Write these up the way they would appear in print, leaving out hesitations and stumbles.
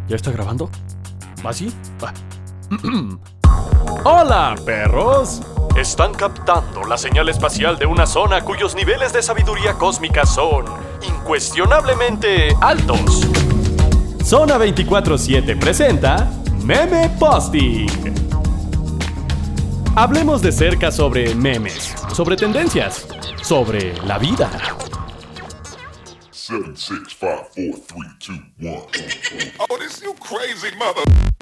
¿Ya está grabando? ¿Va así? Va. ¡Hola, perros! Están captando la señal espacial de una zona cuyos niveles de sabiduría cósmica son incuestionablemente altos. Zona 24/7 presenta Meme Posting. Hablemos de cerca sobre memes, sobre tendencias, sobre la vida. 7, 6, 5, 4, 3, 2, 1. Oh, this you crazy mother.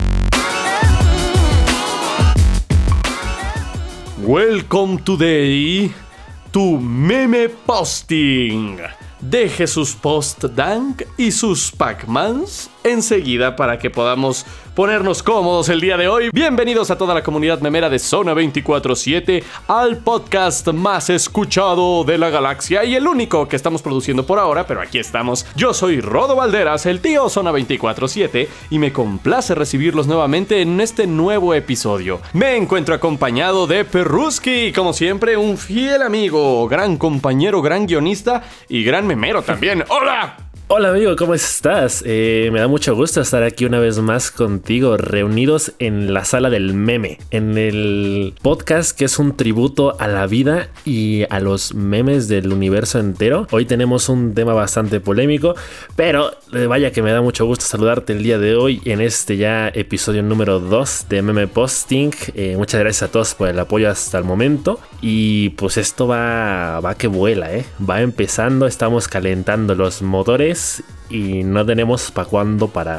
Welcome today to Meme Posting. Deje sus post-dank y sus Pac-Mans enseguida para que podamos ponernos cómodos el día de hoy. Bienvenidos a toda la comunidad memera de Zona 24/7 al podcast más escuchado de la galaxia y el único que estamos produciendo por ahora, pero aquí estamos. Yo soy Rodo Valderas, el tío Zona 24/7, y me complace recibirlos nuevamente en este nuevo episodio. Me encuentro acompañado de Perruski, como siempre, un fiel amigo, gran compañero, gran guionista y gran memero también. ¡Hola! Hola amigo, ¿cómo estás? Me da mucho gusto estar aquí una vez más contigo, reunidos en la sala del meme, en el podcast que es un tributo a la vida y a los memes del universo entero. Hoy tenemos un tema bastante polémico, pero vaya que me da mucho gusto saludarte el día de hoy en este ya episodio número 2 de Meme Posting. Muchas gracias a todos por el apoyo hasta el momento y pues esto va que vuela, va empezando, estamos calentando los motores y no tenemos para cuándo parar.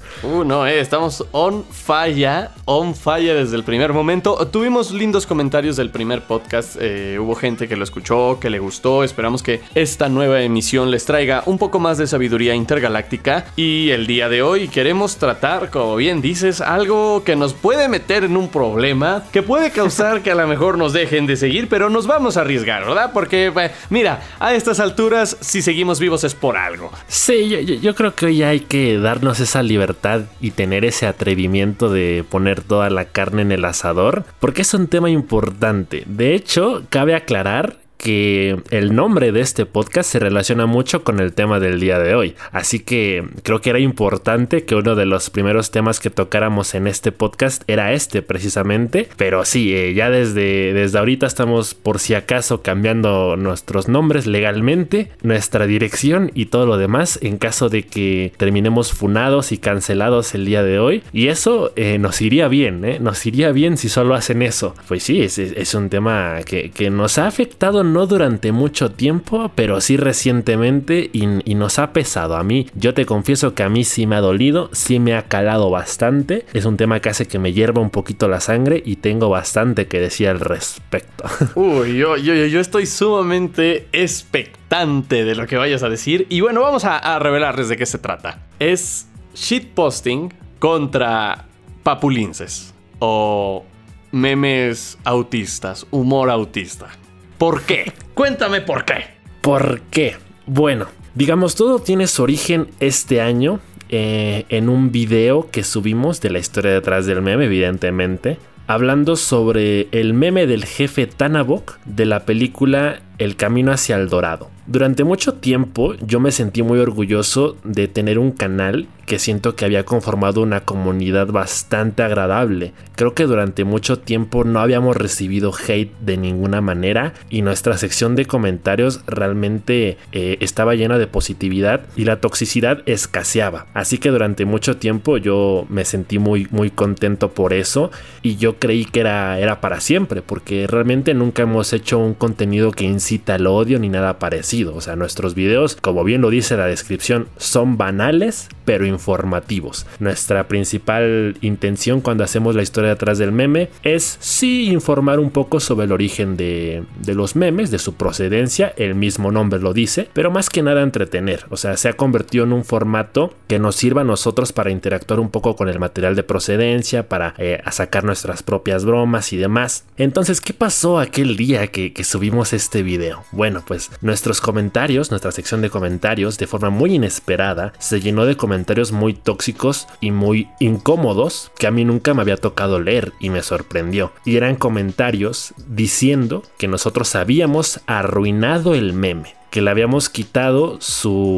No, estamos on fire desde el primer momento. Tuvimos lindos comentarios del primer podcast. Hubo gente que lo escuchó, que le gustó. Esperamos que esta nueva emisión les traiga un poco más de sabiduría intergaláctica. Y el día de hoy queremos tratar, como bien dices, algo que nos puede meter en un problema, que puede causar que a lo mejor nos dejen de seguir, pero nos vamos a arriesgar, ¿verdad? Porque, mira, a estas alturas, si seguimos vivos es por algo. Sí, yo creo que hoy hay que darnos esa libertad y tener ese atrevimiento de poner toda la carne en el asador, porque es un tema importante. De hecho, cabe aclarar que el nombre de este podcast se relaciona mucho con el tema del día de hoy. Así que creo que era importante que uno de los primeros temas que tocáramos en este podcast era este precisamente. Pero sí, ya desde ahorita estamos por si acaso cambiando nuestros nombres legalmente, nuestra dirección y todo lo demás en caso de que terminemos funados y cancelados el día de hoy. Y eso nos iría bien, nos iría bien si solo hacen eso. Pues sí, es un tema que nos ha afectado no durante mucho tiempo, pero sí recientemente y nos ha pesado. A mí, yo te confieso que a mí sí me ha dolido, sí me ha calado bastante. Es un tema que hace que me hierva un poquito la sangre y tengo bastante que decir al respecto. Uy, yo estoy sumamente expectante de lo que vayas a decir. Y bueno, vamos a revelarles de qué se trata. Es shitposting contra papulinces o memes autistas, humor autista. ¿Por qué? Cuéntame por qué. ¿Por qué? Bueno, digamos, todo tiene su origen este año en un video que subimos de la historia detrás del meme, evidentemente, hablando sobre el meme del jefe Tannabok de la película El Camino hacia el Dorado. Durante mucho tiempo yo me sentí muy orgulloso de tener un canal que siento que había conformado una comunidad bastante agradable. Creo que durante mucho tiempo no habíamos recibido hate de ninguna manera y nuestra sección de comentarios realmente estaba llena de positividad y la toxicidad escaseaba. Así que durante mucho tiempo yo me sentí muy, muy contento por eso y yo creí que era para siempre, porque realmente nunca hemos hecho un contenido que incita al odio ni nada parecido. O sea, nuestros videos, como bien lo dice la descripción, son banales pero informativos. Nuestra principal intención cuando hacemos la historia detrás del meme es sí informar un poco sobre el origen de los memes, de su procedencia, el mismo nombre lo dice, pero más que nada entretener. O sea, se ha convertido en un formato que nos sirva a nosotros para interactuar un poco con el material de procedencia, para sacar nuestras propias bromas y demás. Entonces, ¿qué pasó aquel día que subimos este video? Bueno, pues nuestros comentarios, nuestra sección de comentarios, de forma muy inesperada, se llenó de comentarios muy tóxicos y muy incómodos que a mí nunca me había tocado leer y me sorprendió. Y eran comentarios diciendo que nosotros habíamos arruinado el meme, que le habíamos quitado su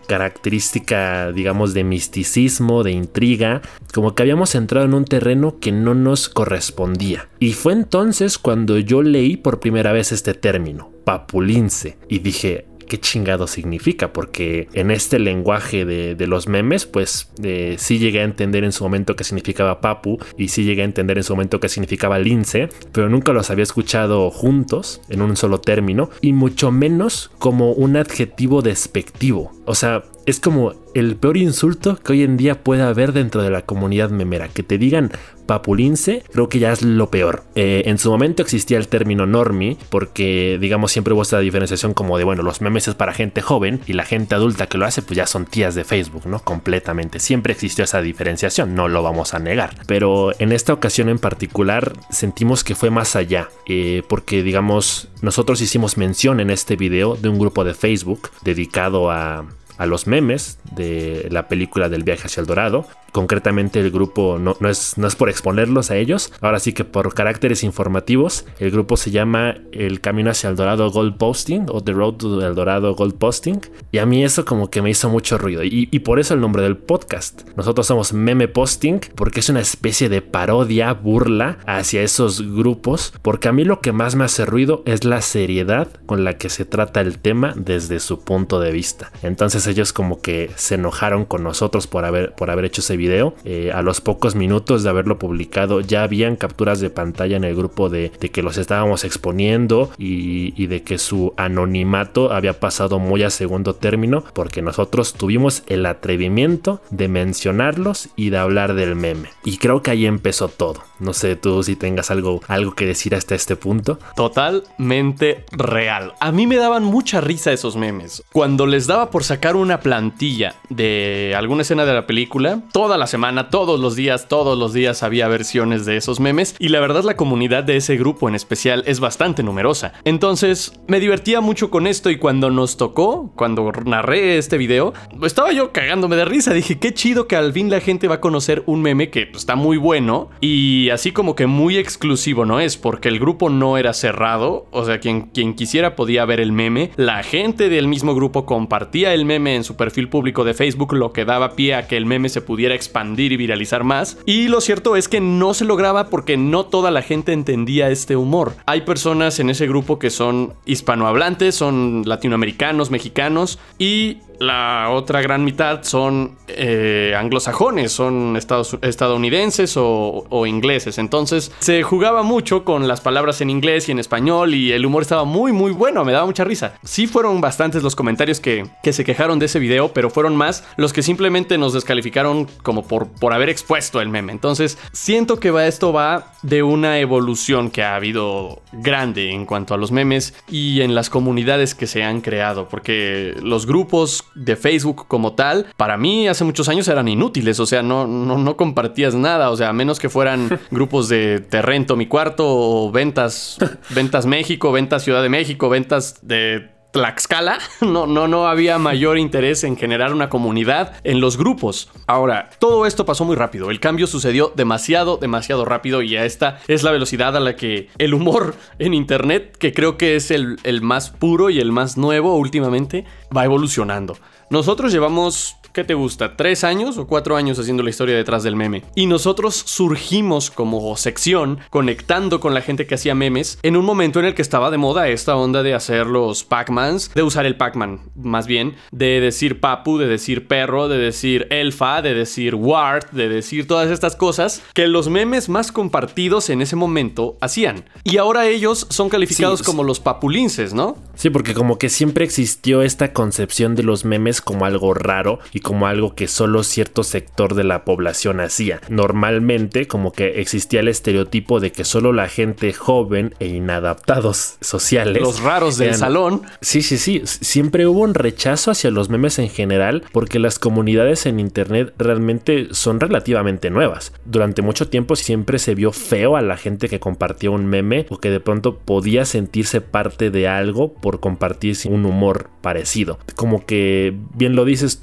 característica, digamos, de misticismo, de intriga, como que habíamos entrado en un terreno que no nos correspondía. Y fue entonces cuando yo leí por primera vez este término, papulince, y dije, ¿qué chingado significa? Porque en este lenguaje de los memes, pues sí llegué a entender en su momento qué significaba papu y sí llegué a entender en su momento qué significaba lince, pero nunca los había escuchado juntos en un solo término y mucho menos como un adjetivo despectivo. O sea, es como el peor insulto que hoy en día puede haber dentro de la comunidad memera. Que te digan papulince, creo que ya es lo peor. En su momento existía el término normie, porque digamos siempre hubo esta diferenciación como de, bueno, los memes es para gente joven y la gente adulta que lo hace pues ya son tías de Facebook, ¿no? Completamente. Siempre existió esa diferenciación, no lo vamos a negar. Pero en esta ocasión en particular sentimos que fue más allá, porque digamos nosotros hicimos mención en este video de un grupo de Facebook dedicado a los memes de la película del viaje hacia el Dorado. Concretamente el grupo no es por exponerlos a ellos, ahora sí que por caracteres informativos. El grupo se llama El Camino hacia el Dorado Gold Posting o The Road to El Dorado Gold Posting, y a mí eso como que me hizo mucho ruido y por eso el nombre del podcast. Nosotros somos Meme Posting porque es una especie de parodia, burla hacia esos grupos, porque a mí lo que más me hace ruido es la seriedad con la que se trata el tema desde su punto de vista. Entonces ellos como que se enojaron con nosotros por haber hecho ese video. A los pocos minutos de haberlo publicado ya habían capturas de pantalla en el grupo de que los estábamos exponiendo y de que su anonimato había pasado muy a segundo término porque nosotros tuvimos el atrevimiento de mencionarlos y de hablar del meme. Y creo que ahí empezó todo. No sé tú si tengas algo que decir hasta este punto. Totalmente real. A mí me daban mucha risa esos memes. Cuando les daba por sacar una plantilla de alguna escena de la película, toda la semana, todos los días había versiones de esos memes, y la verdad la comunidad de ese grupo en especial es bastante numerosa. Entonces me divertía mucho con esto, y cuando nos tocó, cuando narré este video, estaba yo cagándome de risa. Dije, qué chido que al fin la gente va a conocer un meme que está muy bueno y así como que muy exclusivo no es, porque el grupo no era cerrado. O sea, quien quisiera podía ver el meme. La gente del mismo grupo compartía el meme en su perfil público de Facebook, lo que daba pie a que el meme se pudiera expandir y viralizar más. Y lo cierto es que no se lograba porque no toda la gente entendía este humor. Hay personas en ese grupo que son hispanohablantes, son latinoamericanos, mexicanos, y la otra gran mitad son anglosajones, son estadounidenses o ingleses. Entonces se jugaba mucho con las palabras en inglés y en español, y el humor estaba muy muy bueno, me daba mucha risa. Sí fueron bastantes los comentarios que se quejaron de ese video, pero fueron más los que simplemente nos descalificaron como por haber expuesto el meme. Entonces siento que esto va de una evolución que ha habido grande en cuanto a los memes y en las comunidades que se han creado, porque los grupos de Facebook como tal, para mí hace muchos años eran inútiles. O sea, no compartías nada, o sea, a menos que fueran grupos de Te rento mi cuarto o ventas México, ventas Ciudad de México, ventas de Tlaxcala. No había mayor interés en generar una comunidad en los grupos. Ahora, todo esto pasó muy rápido. El cambio sucedió demasiado rápido, y a esta es la velocidad a la que el humor en internet, que creo que es el más puro y el más nuevo últimamente, va evolucionando. Nosotros llevamos, ¿qué te gusta? 3 años o 4 años haciendo la historia detrás del meme. Y nosotros surgimos como sección, conectando con la gente que hacía memes, en un momento en el que estaba de moda esta onda de hacer los Pac-Mans, de usar el Pac-Man, más bien, de decir papu, de decir perro, de decir elfa, de decir wart, de decir todas estas cosas que los memes más compartidos en ese momento hacían. Y ahora ellos son calificados como los papulinces, ¿no? Sí, porque como que siempre existió esta concepción de los memes como algo raro y como algo que solo cierto sector de la población hacía. Normalmente como que existía el estereotipo de que solo la gente joven e inadaptados sociales, los raros del salón. Sí, siempre hubo un rechazo hacia los memes en general, porque las comunidades en internet realmente son relativamente nuevas. Durante mucho tiempo siempre se vio feo a la gente que compartía un meme o que de pronto podía sentirse parte de algo por compartir un humor parecido. Como que, bien lo dices tú, ha evolucionado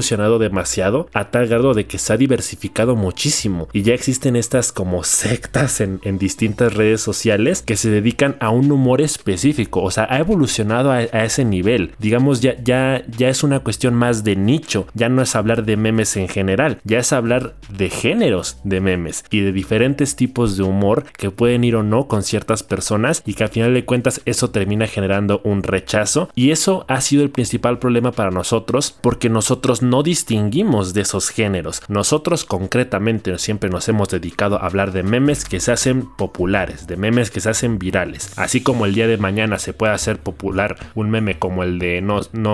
evolucionado demasiado a tal grado de que se ha diversificado muchísimo y ya existen estas como sectas en distintas redes sociales que se dedican a un humor específico. O sea, ha evolucionado a ese nivel. Digamos, ya es una cuestión más de nicho. Ya no es hablar de memes en general, ya es hablar de géneros de memes y de diferentes tipos de humor que pueden ir o no con ciertas personas y que al final de cuentas eso termina generando un rechazo, y eso ha sido el principal problema para nosotros porque nosotros no distinguimos de esos géneros. Nosotros concretamente siempre nos hemos dedicado a hablar de memes que se hacen populares, de memes que se hacen virales, así como el día de mañana se puede hacer popular un meme como el de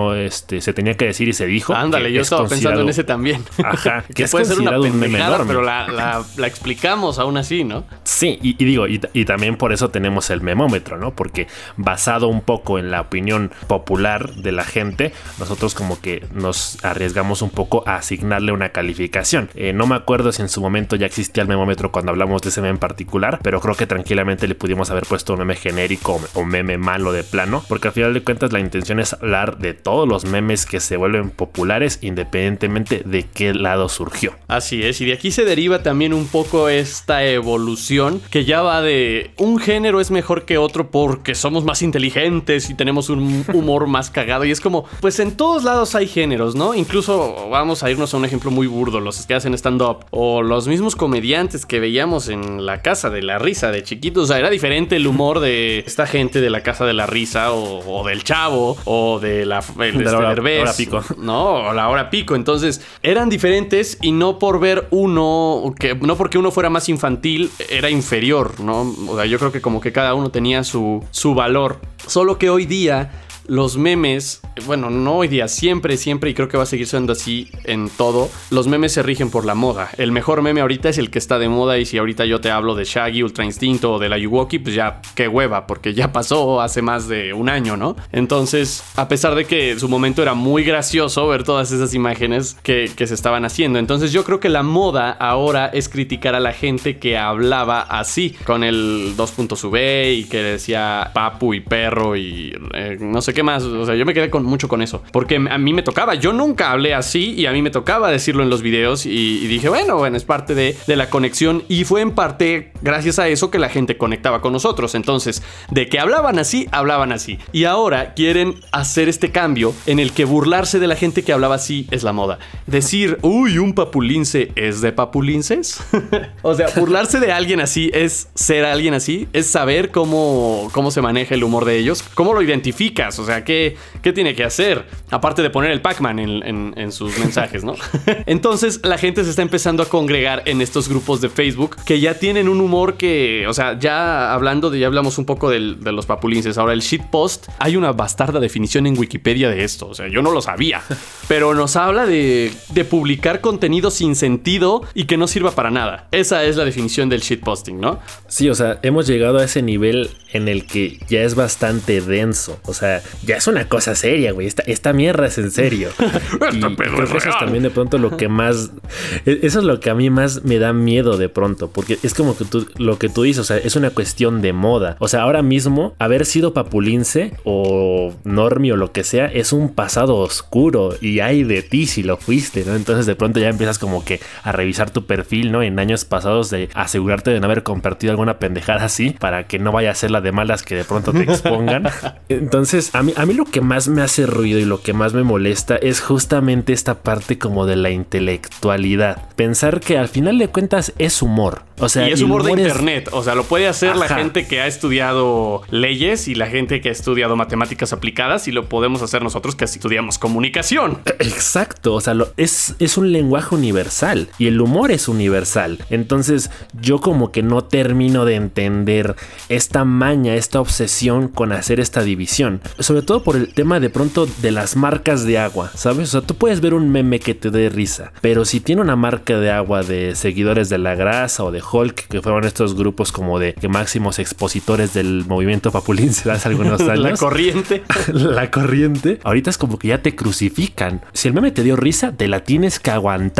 se tenía que decir y se dijo. Ándale, yo estaba pensando en ese también. Ajá, que es puede ser una considerado un meme pendejada, enorme. pero la explicamos aún así, ¿no? Sí, y también por eso tenemos el memómetro, ¿no? Porque basado un poco en la opinión popular de la gente, nosotros como que nos arriesgamos un poco a asignarle una calificación. No me acuerdo si en su momento ya existía el memómetro cuando hablamos de ese meme en particular, pero creo que tranquilamente le pudimos haber puesto un meme genérico o meme malo de plano, porque al final de cuentas la intención es hablar de todos los memes que se vuelven populares independientemente de qué lado surgió. Así es, y de aquí se deriva también un poco esta evolución que ya va de un género es mejor que otro porque somos más inteligentes y tenemos un humor más cagado, y es como, pues en todos lados hay géneros, ¿no? Incluso vamos a irnos a un ejemplo muy burdo, los que hacen stand-up o los mismos comediantes que veíamos en la Casa de la Risa de chiquitos. O sea, era diferente el humor de esta gente de la Casa de la Risa o del Chavo o de la hora pico, ¿no? O la hora pico. Entonces eran diferentes, y no por ver no porque uno fuera más infantil era inferior, ¿no? O sea, yo creo que como que cada uno tenía su valor. Solo que hoy día los memes, bueno, no hoy día, siempre, y creo que va a seguir siendo así en todo, los memes se rigen por la moda. El mejor meme ahorita es el que está de moda, y si ahorita yo te hablo de Shaggy, Ultra Instinto o de la Yuwoki, pues ya, qué hueva, porque ya pasó hace más de un año, ¿no? Entonces, a pesar de que en su momento era muy gracioso ver todas esas imágenes que se estaban haciendo, entonces yo creo que la moda ahora es criticar a la gente que hablaba así, con el 2.V y que decía papu y perro y no sé qué más. O sea, yo me quedé mucho con eso, porque a mí me tocaba, yo nunca hablé así y a mí me tocaba decirlo en los videos, y dije, bueno, es parte de la conexión, y fue en parte gracias a eso que la gente conectaba con nosotros. Entonces, de que hablaban así, y ahora quieren hacer este cambio en el que burlarse de la gente que hablaba así es la moda. Decir, uy, un papulince es de papulinces. O sea, burlarse de alguien así es ser alguien así, es saber cómo se maneja el humor de ellos, cómo lo identificas. O sea, ¿qué tiene que hacer? Aparte de poner el Pac-Man en sus mensajes, ¿no? Entonces, la gente se está empezando a congregar en estos grupos de Facebook que ya tienen un humor que, o sea, ya hablamos un poco de los papulinces. Ahora, el shitpost, hay una bastarda definición en Wikipedia de esto. O sea, yo no lo sabía, pero nos habla de publicar contenido sin sentido y que no sirva para nada. Esa es la definición del shitposting, ¿no? Sí, o sea, hemos llegado a ese nivel en el que ya es bastante denso. O sea, ya es una cosa seria, güey. Esta mierda es en serio. Y creo que eso es también de pronto lo que más... Eso es lo que a mí más me da miedo de pronto. Porque es como que lo que tú dices, o sea, es una cuestión de moda. O sea, ahora mismo, haber sido papulince o normie o lo que sea, es un pasado oscuro. Y hay de ti si lo fuiste, ¿no? Entonces de pronto ya empiezas como que a revisar tu perfil, ¿no? En años pasados, de asegurarte de no haber compartido alguna pendejada así, para que no vaya a ser la de malas que de pronto te expongan. Entonces, a mí lo que más me hace ruido y lo que más me molesta es justamente esta parte como de la intelectualidad. Pensar que al final de cuentas es humor. O sea, y es humor de internet. O sea, lo puede hacer la gente que ha estudiado leyes y la gente que ha estudiado matemáticas aplicadas, y lo podemos hacer nosotros que estudiamos comunicación. Exacto. O sea, es un lenguaje universal y el humor es universal. Entonces, yo como que no termino de entender esta maña, esta obsesión con hacer esta división. Sobre todo por el tema de pronto de las marcas de agua, ¿sabes? O sea, tú puedes ver un meme que te dé risa, pero si tiene una marca de agua de seguidores de La Grasa o de Hulk, que fueron estos grupos como de que máximos expositores del movimiento papulince hace algunos años. La corriente. La corriente. Ahorita es como que ya te crucifican. Si el meme te dio risa, te la tienes que aguantar,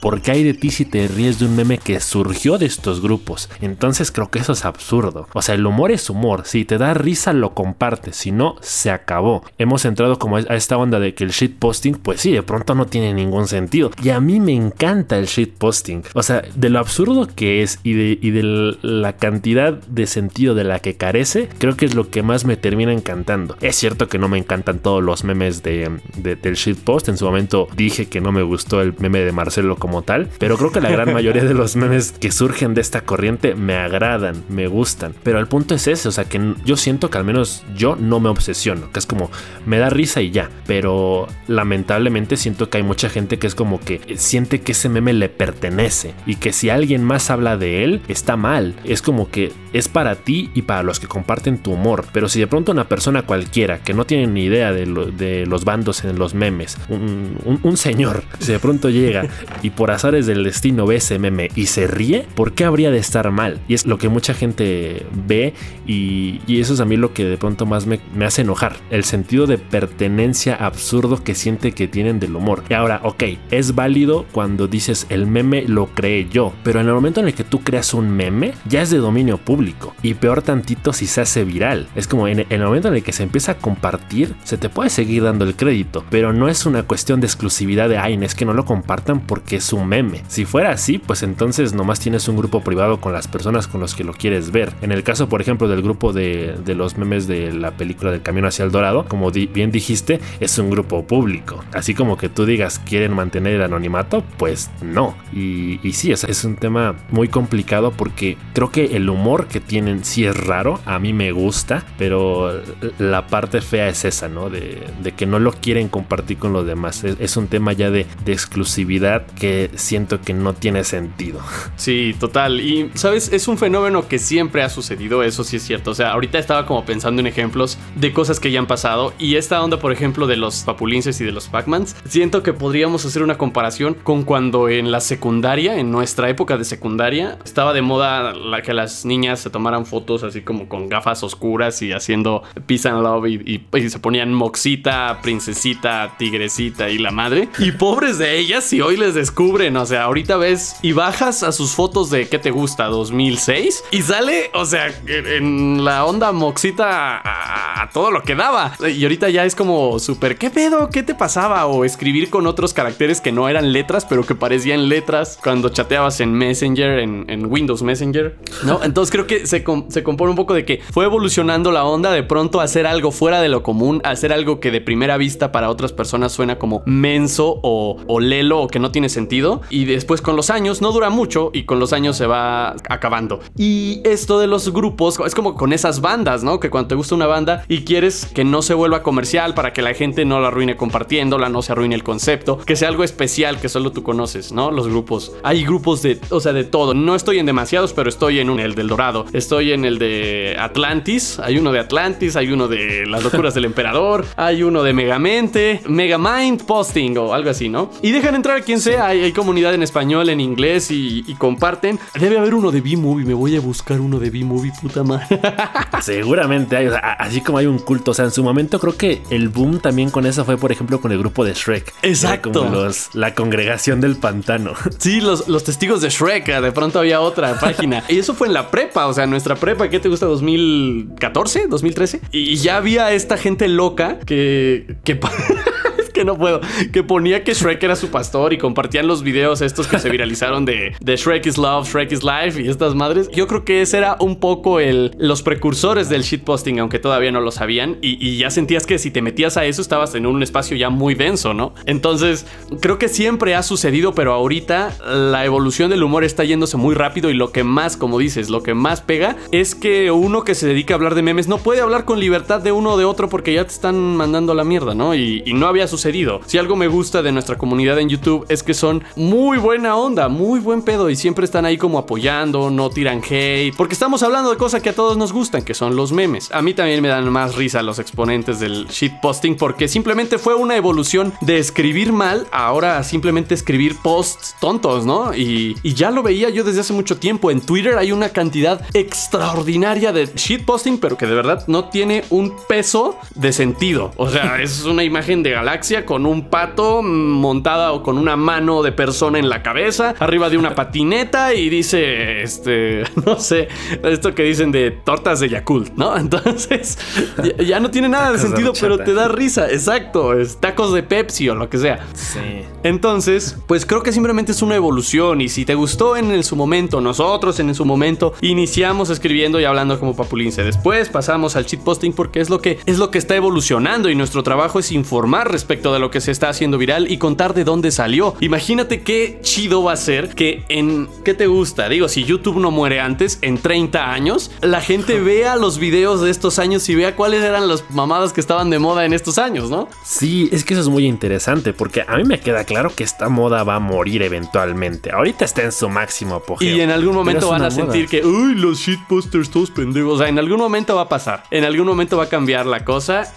¿por qué hay de ti si te ríes de un meme que surgió de estos grupos? Entonces creo que eso es absurdo. O sea, el humor es humor. Si te da risa, lo compartes. Si no, se acabó. Hemos entrado como a esta onda de que el shitposting, pues sí, de pronto no tiene ningún sentido. Y a mí me encanta el shitposting. O sea, de lo absurdo que es y de la cantidad de sentido de la que carece, creo que es lo que más me termina encantando. Es cierto que no me encantan todos los memes del shitpost. En su momento dije que no me gustó el meme de Marcelo como tal, pero creo que la gran mayoría de los memes que surgen de esta corriente me agradan, me gustan. Pero el punto es ese, o sea, que yo siento que al menos yo no me obsesiono, que es como me da risa y ya. Pero lamentablemente siento que hay mucha gente que es como que siente que ese meme le pertenece y que si alguien más habla de él está mal. Es como que es para ti y para los que comparten tu humor. Pero si de pronto una persona cualquiera que no tiene ni idea de los bandos en los memes, un señor, si de pronto llega y por azares del destino ve ese meme y se ríe, ¿por qué habría de estar mal? Y es lo que mucha gente ve y eso es a mí lo que de pronto más me hace enojar. El sentido de pertenencia absurdo que siente que tienen del humor. Y ahora, ok, es válido cuando dices el meme lo creé yo, pero en el momento en el que tú creas un meme, ya es de dominio público. Y peor tantito si se hace viral. Es como en el momento en el que se empieza a compartir, se te puede seguir dando el crédito, pero no es una cuestión de exclusividad de, ay, es que no lo compartan porque es un meme. Si fuera así, pues entonces nomás tienes un grupo privado con las personas con los que lo quieres ver. En el caso, por ejemplo, del grupo de los memes de la película del Camino hacia el Dorado, como bien dijiste, es un grupo público. Así como que tú digas, ¿quieren mantener el anonimato? Pues no. Y sí, es un tema muy complicado porque creo que el humor que tienen sí es raro, a mí me gusta, pero la parte fea es esa, ¿no? De que no lo quieren compartir con los demás. Es un tema ya de exclusividad que siento que no tiene sentido. Sí, total. Y, ¿sabes? Es un fenómeno que siempre ha sucedido, eso sí es cierto. O sea, ahorita estaba como pensando en ejemplos de cosas que ya han pasado y esta onda, por ejemplo, de los papulinces y de los Pac-Mans, siento que podríamos hacer una comparación con cuando en la secundaria, en nuestra época de secundaria, estaba de moda que las niñas se tomaran fotos así como con gafas oscuras y haciendo peace and love y se ponían moxita, princesita, tigrecita y la madre. Y pobres de ellas si hoy les descubren, o sea, ahorita ves y bajas a sus fotos de ¿qué te gusta? 2006 y sale, o sea, en la onda moxita a todo lo que daba. Y ahorita ya es como súper, ¿qué pedo? ¿Qué te pasaba? O escribir con otros caracteres que no eran letras, pero que parecían letras cuando chateabas en Messenger, en Windows Messenger, ¿no? Entonces creo que se compone un poco de que fue evolucionando la onda de pronto a hacer algo fuera de lo común, a hacer algo que de primera vista para otras personas suena como menso o lelo o que no tiene sentido. Y después con los años, no dura mucho y con los años se va acabando. Y esto de los grupos es como con esas bandas, ¿no? Que cuando te gusta una banda y quieres que no se vuelva comercial para que la gente no la arruine compartiéndola, no se arruine el concepto, que sea algo especial que solo tú conoces, ¿no? Los grupos. Hay grupos de todo. No estoy en demasiados, pero estoy en el del Dorado. Estoy en el de Atlantis. Hay uno de Atlantis, hay uno de Las Locuras del Emperador, hay uno de Megamente, Megamind Posting o algo así, ¿no? Y dejan entrar a quien sea. Hay comunidad en español, en inglés y comparten. Debe haber uno de B-Movie. Me voy a buscar uno de B-Movie, puta madre. Seguramente hay, o sea, así como hay un culto. O sea, en su momento creo que el boom también con eso fue, por ejemplo, con el grupo de Shrek. Exacto. Como la congregación del pantano. Sí, los testigos de Shrek. De pronto había otra página. Y eso fue en la prepa. O sea, nuestra prepa, ¿qué te gusta? ¿2014? ¿2013? Y ya había esta gente loca que que no puedo, que ponía que Shrek era su pastor y compartían los videos estos que se viralizaron de Shrek is Love, Shrek is Life y estas madres. Yo creo que ese era un poco los precursores del shitposting, aunque todavía no lo sabían, y ya sentías que si te metías a eso estabas en un espacio ya muy denso, ¿no? Entonces, creo que siempre ha sucedido, pero ahorita la evolución del humor está yéndose muy rápido y lo que más, como dices, lo que más pega es que uno que se dedica a hablar de memes no puede hablar con libertad de uno o de otro porque ya te están mandando a la mierda, ¿no? Y no había sucedido. Si algo me gusta de nuestra comunidad en YouTube es que son muy buena onda, muy buen pedo y siempre están ahí como apoyando, no tiran hate, porque estamos hablando de cosas que a todos nos gustan, que son los memes. A mí también me dan más risa los exponentes del shitposting porque simplemente fue una evolución de escribir mal, ahora simplemente escribir posts tontos, ¿no? Y ya lo veía yo desde hace mucho tiempo. En Twitter hay una cantidad extraordinaria de shitposting, pero que de verdad no tiene un peso de sentido. O sea, es una imagen de galaxia Croacia con un pato montada o con una mano de persona en la cabeza, arriba de una patineta y dice, no sé, esto que dicen de tortas de Yakult, ¿no? Entonces, ya no tiene nada de sentido, pero te da risa, exacto, tacos de Pepsi o lo que sea. Sí. Entonces, pues creo que simplemente es una evolución y si te gustó en su momento, nosotros en su momento iniciamos escribiendo y hablando como Papulince. Después pasamos al shitposting porque es lo que está evolucionando y nuestro trabajo es informar respecto de lo que se está haciendo viral y contar de dónde salió. Imagínate qué chido va a ser que ¿qué te gusta? Digo, si YouTube no muere antes, en 30 años, la gente vea los videos de estos años y vea cuáles eran las mamadas que estaban de moda en estos años, ¿no? Sí, es que eso es muy interesante porque a mí me queda claro que esta moda va a morir eventualmente. Ahorita está en su máximo apogeo. Y en algún momento van a sentir que, uy, los shitposters todos pendejos. O sea, en algún momento va a pasar. En algún momento va a cambiar la cosa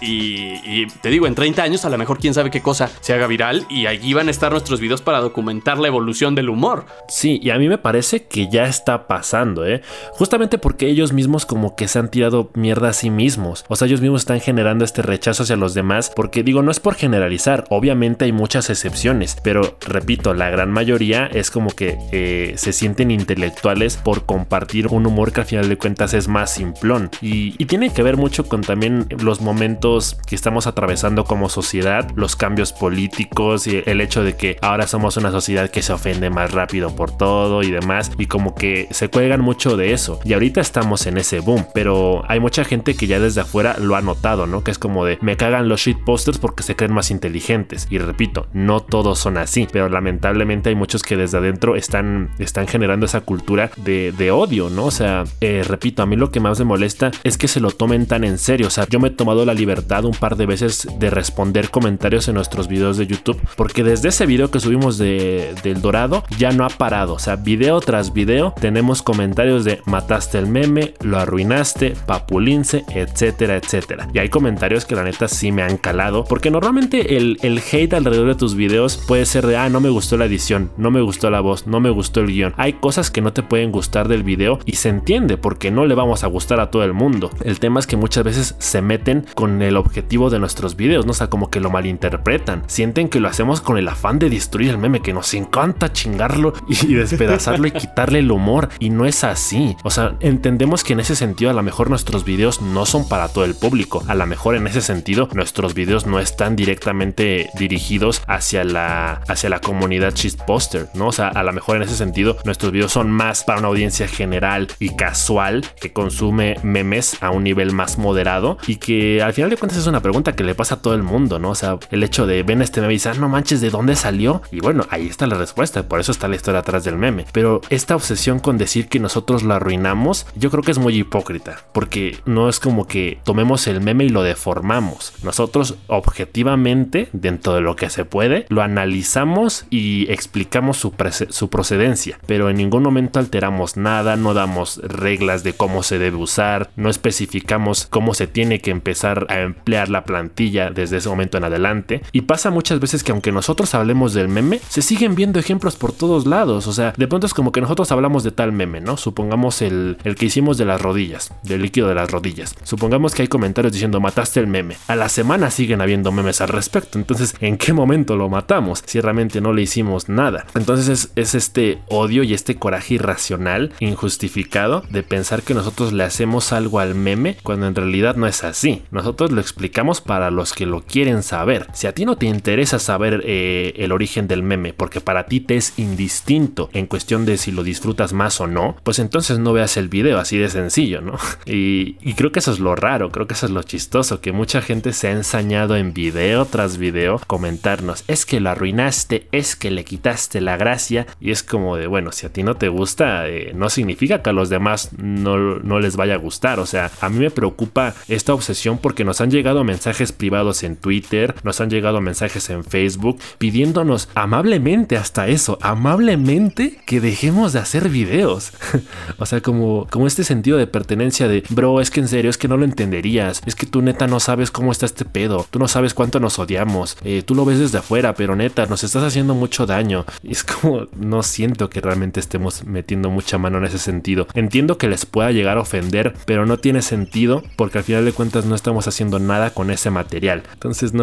y te digo, en 30 años a lo mejor quién sabe qué cosa se haga viral y allí van a estar nuestros videos para documentar la evolución del humor. Sí, y a mí me parece que ya está pasando, justamente porque ellos mismos como que se han tirado mierda a sí mismos. O sea, ellos mismos están generando este rechazo hacia los demás porque digo, no es por generalizar, obviamente hay muchas excepciones, pero repito, la gran mayoría es como que se sienten intelectuales por compartir un humor que al final de cuentas es más simplón y tiene que ver mucho con también los momentos que estamos atravesando como sociedad, los cambios políticos y el hecho de que ahora somos una sociedad que se ofende más rápido por todo y demás y como que se cuelgan mucho de eso y ahorita estamos en ese boom, pero hay mucha gente que ya desde afuera lo ha notado, ¿no? Que es como de me cagan los shitposters porque se creen más inteligentes y repito, no todos son así, pero lamentablemente hay muchos que desde adentro están generando esa cultura de odio, ¿no? O sea, repito, a mí lo que más me molesta es que se lo tomen tan en serio. O sea, yo me he tomado la libertad un par de veces de responder comentarios en nuestros videos de YouTube porque desde ese video que subimos del Dorado ya no ha parado. O sea, video tras video tenemos comentarios de mataste el meme, lo arruinaste, Papulince, etcétera, etcétera. Y hay comentarios que la neta sí me han calado porque normalmente el hate alrededor de tus videos puede ser de no me gustó la edición, no me gustó la voz, no me gustó el guión. Hay cosas que no te pueden gustar del video y se entiende porque no le vamos a gustar a todo el mundo. El tema es que muchas veces se meten con el objetivo de nuestros videos, ¿no? O sea, como que lo malinterpretan. Sienten que lo hacemos con el afán de destruir el meme, que nos encanta chingarlo y despedazarlo y quitarle el humor. Y no es así. O sea, entendemos que en ese sentido a lo mejor nuestros videos no son para todo el público. A lo mejor en ese sentido nuestros videos no están directamente dirigidos hacia la comunidad shitposter, ¿no? O sea, a lo mejor en ese sentido nuestros videos son más para una audiencia general y casual que consume memes a un nivel más moderado y que al final de cuentas es una pregunta que le pasa a todo el mundo, ¿no? O sea, el hecho de ven este meme y dicen, no manches, ¿de dónde salió? Y bueno, ahí está la respuesta, por eso está la historia atrás del meme. Pero esta obsesión con decir que nosotros lo arruinamos, yo creo que es muy hipócrita, porque no es como que tomemos el meme y lo deformamos. Nosotros objetivamente, dentro de lo que se puede, lo analizamos y explicamos su procedencia, pero en ningún momento alteramos nada, no damos reglas de cómo se debe usar, no especificamos cómo se tiene que empezar a emplear la plantilla desde ese momento en adelante. Y pasa muchas veces que aunque nosotros hablemos del meme, se siguen viendo ejemplos por todos lados. O sea, de pronto es como que nosotros hablamos de tal meme, ¿no? Supongamos el que hicimos de las rodillas, del líquido de las rodillas. Supongamos que hay comentarios diciendo mataste el meme. A la semana siguen habiendo memes al respecto. Entonces, ¿en qué momento lo matamos? Si realmente no le hicimos nada. Entonces es este odio y este coraje irracional, injustificado, de pensar que nosotros le hacemos algo al meme cuando en realidad no es así. Nosotros lo explicamos para los que lo quieren saber. Si a ti no te interesa saber el origen del meme porque para ti te es indistinto en cuestión de si lo disfrutas más o no, pues entonces no veas el video, así de sencillo, ¿no? Y creo que eso es lo raro, creo que eso es lo chistoso, que mucha gente se ha ensañado en video tras video comentarnos, es que lo arruinaste, es que le quitaste la gracia, y es como de, bueno, si a ti no te gusta, no significa que a los demás no les vaya a gustar. O sea, a mí me preocupa esta obsesión porque nos han llegado mensajes privados en Twitter, nos han llegado mensajes en Facebook pidiéndonos amablemente, hasta eso, amablemente, que dejemos de hacer videos. O sea, como este sentido de pertenencia de, bro, es que en serio, es que no lo entenderías, es que tú neta no sabes cómo está este pedo, tú no sabes cuánto nos odiamos, tú lo ves desde afuera, pero neta, nos estás haciendo mucho daño. Y es como, no siento que realmente estemos metiendo mucha mano en ese sentido. Entiendo que les pueda llegar a ofender, pero no tiene sentido porque al final de cuentas no estamos haciendo nada con ese material. Entonces no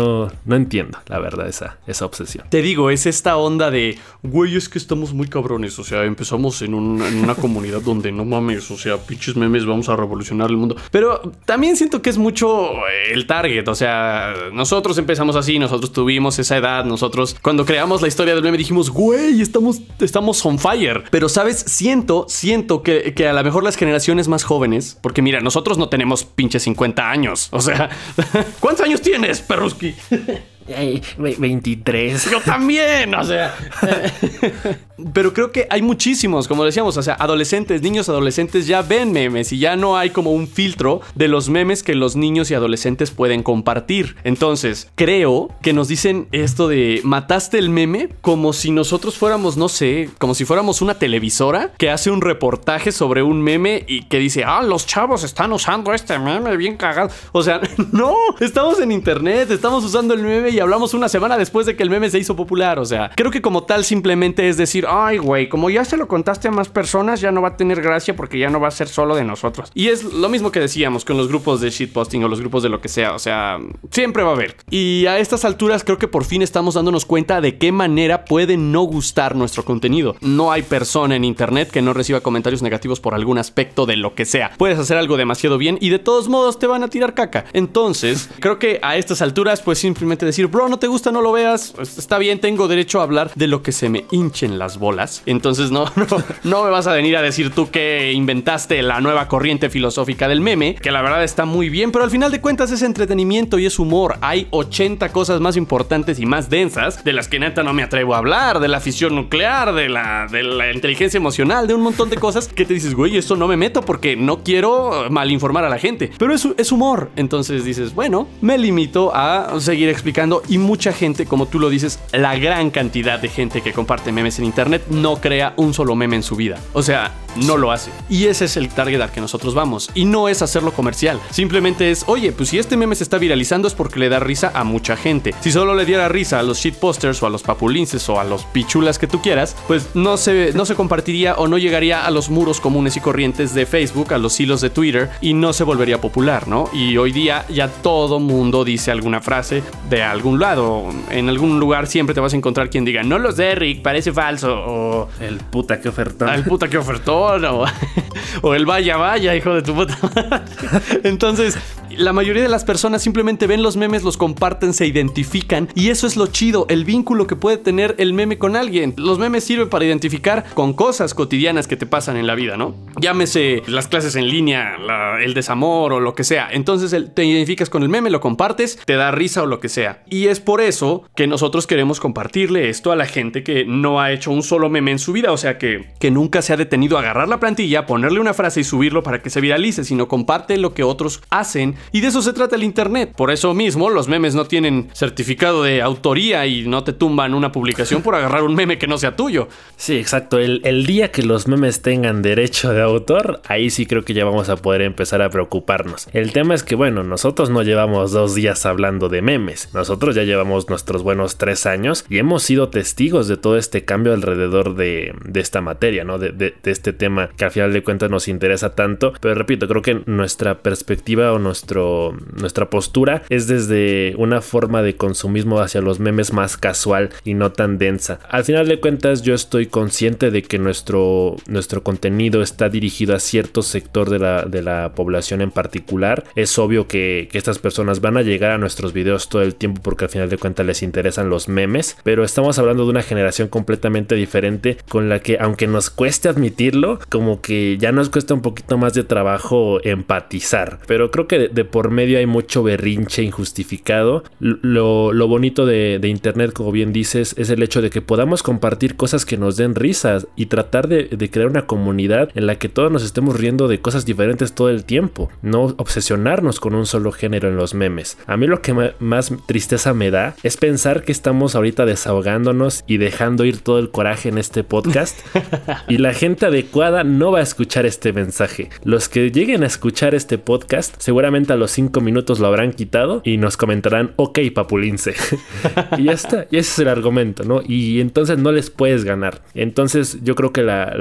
No entiendo, la verdad, esa obsesión. Te digo, es esta onda de, güey, es que estamos muy cabrones. O sea, empezamos en una comunidad donde no mames, o sea, pinches memes, vamos a revolucionar el mundo. Pero también siento que es mucho el target. O sea, nosotros empezamos así, nosotros tuvimos esa edad. Nosotros, cuando creamos la historia del meme, dijimos, güey, estamos on fire. Pero, ¿sabes? Siento que a lo mejor las generaciones más jóvenes, porque mira, nosotros no tenemos pinches 50 años. O sea, ¿cuántos años tienes, Perruski? 23. Yo también, o sea. Pero creo que hay muchísimos, como decíamos, o sea, adolescentes, niños adolescentes ya ven memes y ya no hay como un filtro de los memes que los niños y adolescentes pueden compartir. Entonces, creo que nos dicen esto de mataste el meme como si nosotros fuéramos, no sé, como si fuéramos una televisora que hace un reportaje sobre un meme y que dice, los chavos están usando este meme bien cagado. O sea, no, estamos en internet, estamos usando el meme y hablamos una semana después de que el meme se hizo popular. O sea, creo que como tal simplemente es decir, ay, güey, como ya se lo contaste a más personas, ya no va a tener gracia porque ya no va a ser solo de nosotros. Y es lo mismo que decíamos con los grupos de shitposting o los grupos de lo que sea. O sea, siempre va a haber. Y a estas alturas creo que por fin estamos dándonos cuenta de qué manera puede no gustar nuestro contenido. No hay persona en internet que no reciba comentarios negativos por algún aspecto de lo que sea. Puedes hacer algo demasiado bien y de todos modos te van a tirar caca. Entonces, creo que a estas alturas, pues simplemente decir, bro, no te gusta, no lo veas. Está bien, tengo derecho a hablar de lo que se me hinchen las bolas. Entonces no me vas a venir a decir tú que inventaste la nueva corriente filosófica del meme, que la verdad está muy bien, pero al final de cuentas es entretenimiento y es humor. Hay 80 cosas más importantes y más densas de las que neta no me atrevo a hablar, de la fisión nuclear, de la inteligencia emocional, de un montón de cosas que te dices, güey, esto no me meto porque no quiero malinformar a la gente. Pero es humor. Entonces dices, bueno, me limito a seguir explicando y mucha gente, como tú lo dices, la gran cantidad de gente que comparte memes en internet no crea un solo meme en su vida. O sea, no lo hace. Y ese es el target al que nosotros vamos. Y no es hacerlo comercial. Simplemente es, oye, pues si este meme se está viralizando es porque le da risa a mucha gente. Si solo le diera risa a los shitposters o a los papulinces o a los pichulas que tú quieras, pues no se compartiría o no llegaría a los muros comunes y corrientes de Facebook, a los hilos de Twitter y no se volvería popular, ¿no? Y hoy día ya todo mundo dice alguna frase de algún lado. En algún lugar siempre te vas a encontrar quien diga, no los de Rick, parece falso, o el puta que ofertón. El puta que ofertón, o el vaya, hijo de tu puta madre. Entonces, la mayoría de las personas simplemente ven los memes, los comparten, se identifican y eso es lo chido, el vínculo que puede tener el meme con alguien. Los memes sirven para identificar con cosas cotidianas que te pasan en la vida, ¿no? Llámese las clases en línea, el desamor o lo que sea. Entonces te identificas con el meme, lo compartes, te da risa o lo que sea. Y es por eso que nosotros queremos compartirle esto a la gente que no ha hecho un solo meme en su vida, o sea que nunca se ha detenido a agarrar la plantilla, ponerle una frase y subirlo para que se viralice, sino comparte lo que otros hacen. Y de eso se trata el internet. Por eso mismo los memes no tienen certificado de autoría y no te tumban una publicación por agarrar un meme que no sea tuyo. Sí, exacto. El día que los memes tengan derecho de autor, ahí sí creo que ya vamos a poder empezar a preocuparnos. El tema es que, bueno, nosotros no llevamos 2 días hablando de memes. Nosotros ya llevamos nuestros buenos 3 años y hemos sido testigos de todo este cambio alrededor de esta materia, ¿no? De este tema que al final de cuentas nos interesa tanto. Pero repito, creo que nuestra perspectiva o nuestra postura es desde una forma de consumismo hacia los memes más casual y no tan densa. Al final de cuentas yo estoy consciente de que nuestro contenido está dirigido a cierto sector de la población en particular. Es obvio que estas personas van a llegar a nuestros videos todo el tiempo porque al final de cuentas les interesan los memes, pero estamos hablando de una generación completamente diferente con la que, aunque nos cueste admitirlo, como que ya nos cuesta un poquito más de trabajo empatizar. Pero creo que de por medio hay mucho berrinche injustificado. Lo bonito de internet, como bien dices, es el hecho de que podamos compartir cosas que nos den risas y tratar de crear una comunidad en la que todos nos estemos riendo de cosas diferentes todo el tiempo. No obsesionarnos con un solo género en los memes. A mí lo que más tristeza me da es pensar que estamos ahorita desahogándonos y dejando ir todo el coraje en este podcast y la gente adecuada no va a escuchar este mensaje. Los que lleguen a escuchar este podcast seguramente a los 5 minutos lo habrán quitado y nos comentarán, ok, papulince. Y ya está. Y ese es el argumento, ¿no? Y entonces no les puedes ganar. Entonces yo creo que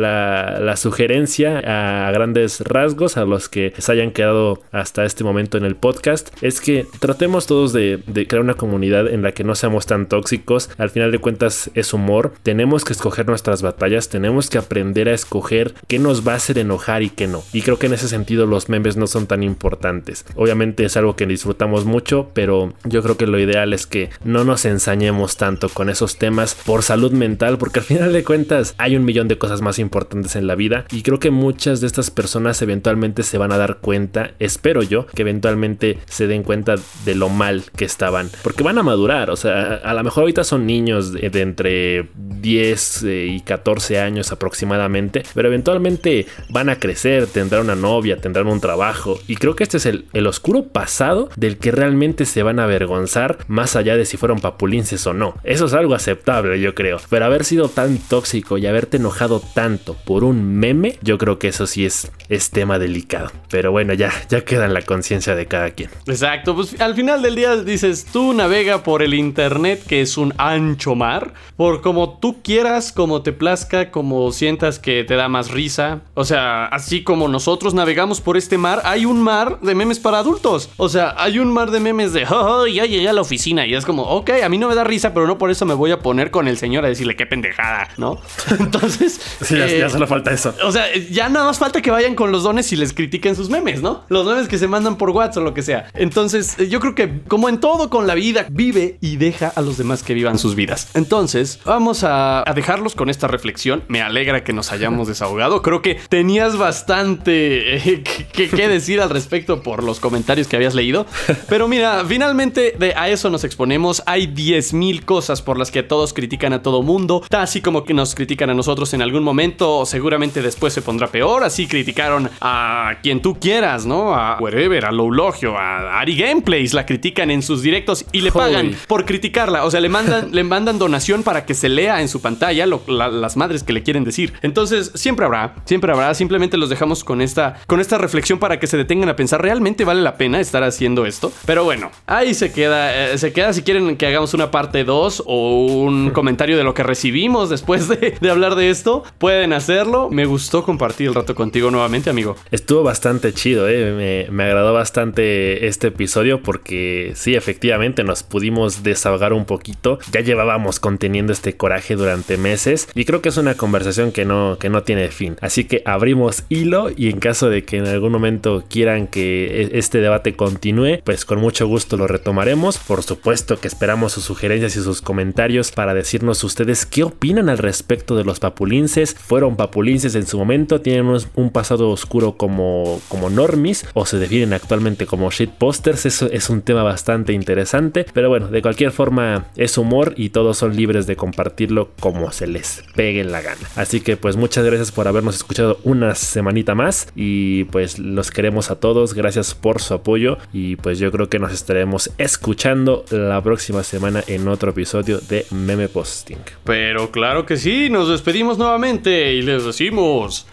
la sugerencia a grandes rasgos, a los que se hayan quedado hasta este momento en el podcast, es que tratemos todos de crear una comunidad en la que no seamos tan tóxicos. Al final de cuentas es humor. Tenemos que escoger nuestras batallas. Tenemos que aprender a escoger qué nos va a hacer enojar y qué no. Y creo que en ese sentido los memes no son tan importantes. Obviamente es algo que disfrutamos mucho, pero yo creo que lo ideal es que no nos ensañemos tanto con esos temas por salud mental, porque al final de cuentas hay un millón de cosas más importantes en la vida y creo que muchas de estas personas eventualmente se van a dar cuenta, espero yo, que eventualmente se den cuenta de lo mal que estaban, porque van a madurar. O sea, a lo mejor ahorita son niños de entre 10 y 14 años aproximadamente, pero eventualmente van a crecer, tendrán una novia, tendrán un trabajo, y creo que este es el oscuro pasado del que realmente se van a avergonzar, más allá de si fueron papulinces o no. Eso es algo aceptable, yo creo, pero haber sido tan tóxico y haberte enojado tanto por un meme, yo creo que eso sí es tema delicado. Pero bueno, ya queda en la conciencia de cada quien. Exacto, pues al final del día dices, tú navega por el internet, que es un ancho mar, por como tú quieras, como te plazca, como sientas que te da más risa. O sea, así como nosotros navegamos por este mar, hay un mar de memes para adultos. O sea, hay un mar de memes de, oh, ya llegué a la oficina, y es como, ok, a mí no me da risa, pero no por eso me voy a poner con el señor a decirle qué pendejada, ¿no? Entonces... sí, ya solo falta eso. O sea, ya nada más falta que vayan con los dones y les critiquen sus memes, ¿no? Los memes que se mandan por WhatsApp o lo que sea. Entonces, yo creo que como en todo con la vida, vive y deja a los demás que vivan sus vidas. Entonces, vamos a dejarlos con esta reflexión. Me alegra que nos hayamos desahogado. Creo que tenías bastante que decir al respecto por los comentarios que habías leído. Pero mira, finalmente a eso nos exponemos. Hay 10,000 cosas por las que todos critican a todo mundo. Así como que nos critican a nosotros en algún momento, o seguramente después se pondrá peor. Así criticaron a quien tú quieras, ¿no? A Wherever, a Loulogio, a Ari Gameplays. La critican en sus directos y le pagan por criticarla. O sea, le mandan donación para que se lea en su pantalla las madres que le quieren decir. Entonces, siempre habrá. Simplemente los dejamos con esta reflexión para que se detengan a pensar, ¿realmente vale la pena estar haciendo esto? Pero bueno, ahí se queda si quieren que hagamos una parte 2 o un comentario de lo que recibimos después de hablar de esto, pueden hacerlo. Me gustó compartir el rato contigo nuevamente, amigo. Estuvo bastante chido, me agradó bastante este episodio porque sí, efectivamente nos pudimos desahogar un poquito. Ya llevábamos conteniendo este coraje durante meses y creo que es una conversación que no tiene fin. Así que abrimos hilo y en caso de que en algún momento quieran que este debate continúe, pues con mucho gusto lo retomaremos. Por supuesto que esperamos sus sugerencias y sus comentarios para decirnos ustedes qué opinan al respecto de los papulinces. ¿Fueron papulinces en su momento? ¿Tienen un pasado oscuro como normies? ¿O se definen actualmente como shitposters? Eso es un tema bastante interesante. Pero bueno, de cualquier forma es humor y todos son libres de compartirlo como se les pegue en la gana. Así que pues muchas gracias por habernos escuchado una semanita más y pues los queremos a todos. Gracias por su apoyo y pues yo creo que nos estaremos escuchando la próxima semana en otro episodio de Meme Posting. Pero claro que sí, nos despedimos nuevamente y les decimos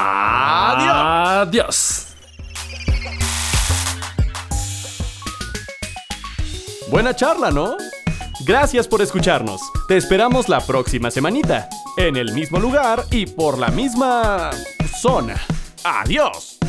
adiós. Buena charla, ¿no? Gracias por escucharnos. Te esperamos la próxima semanita, en el mismo lugar y por la misma zona. ¡Adiós!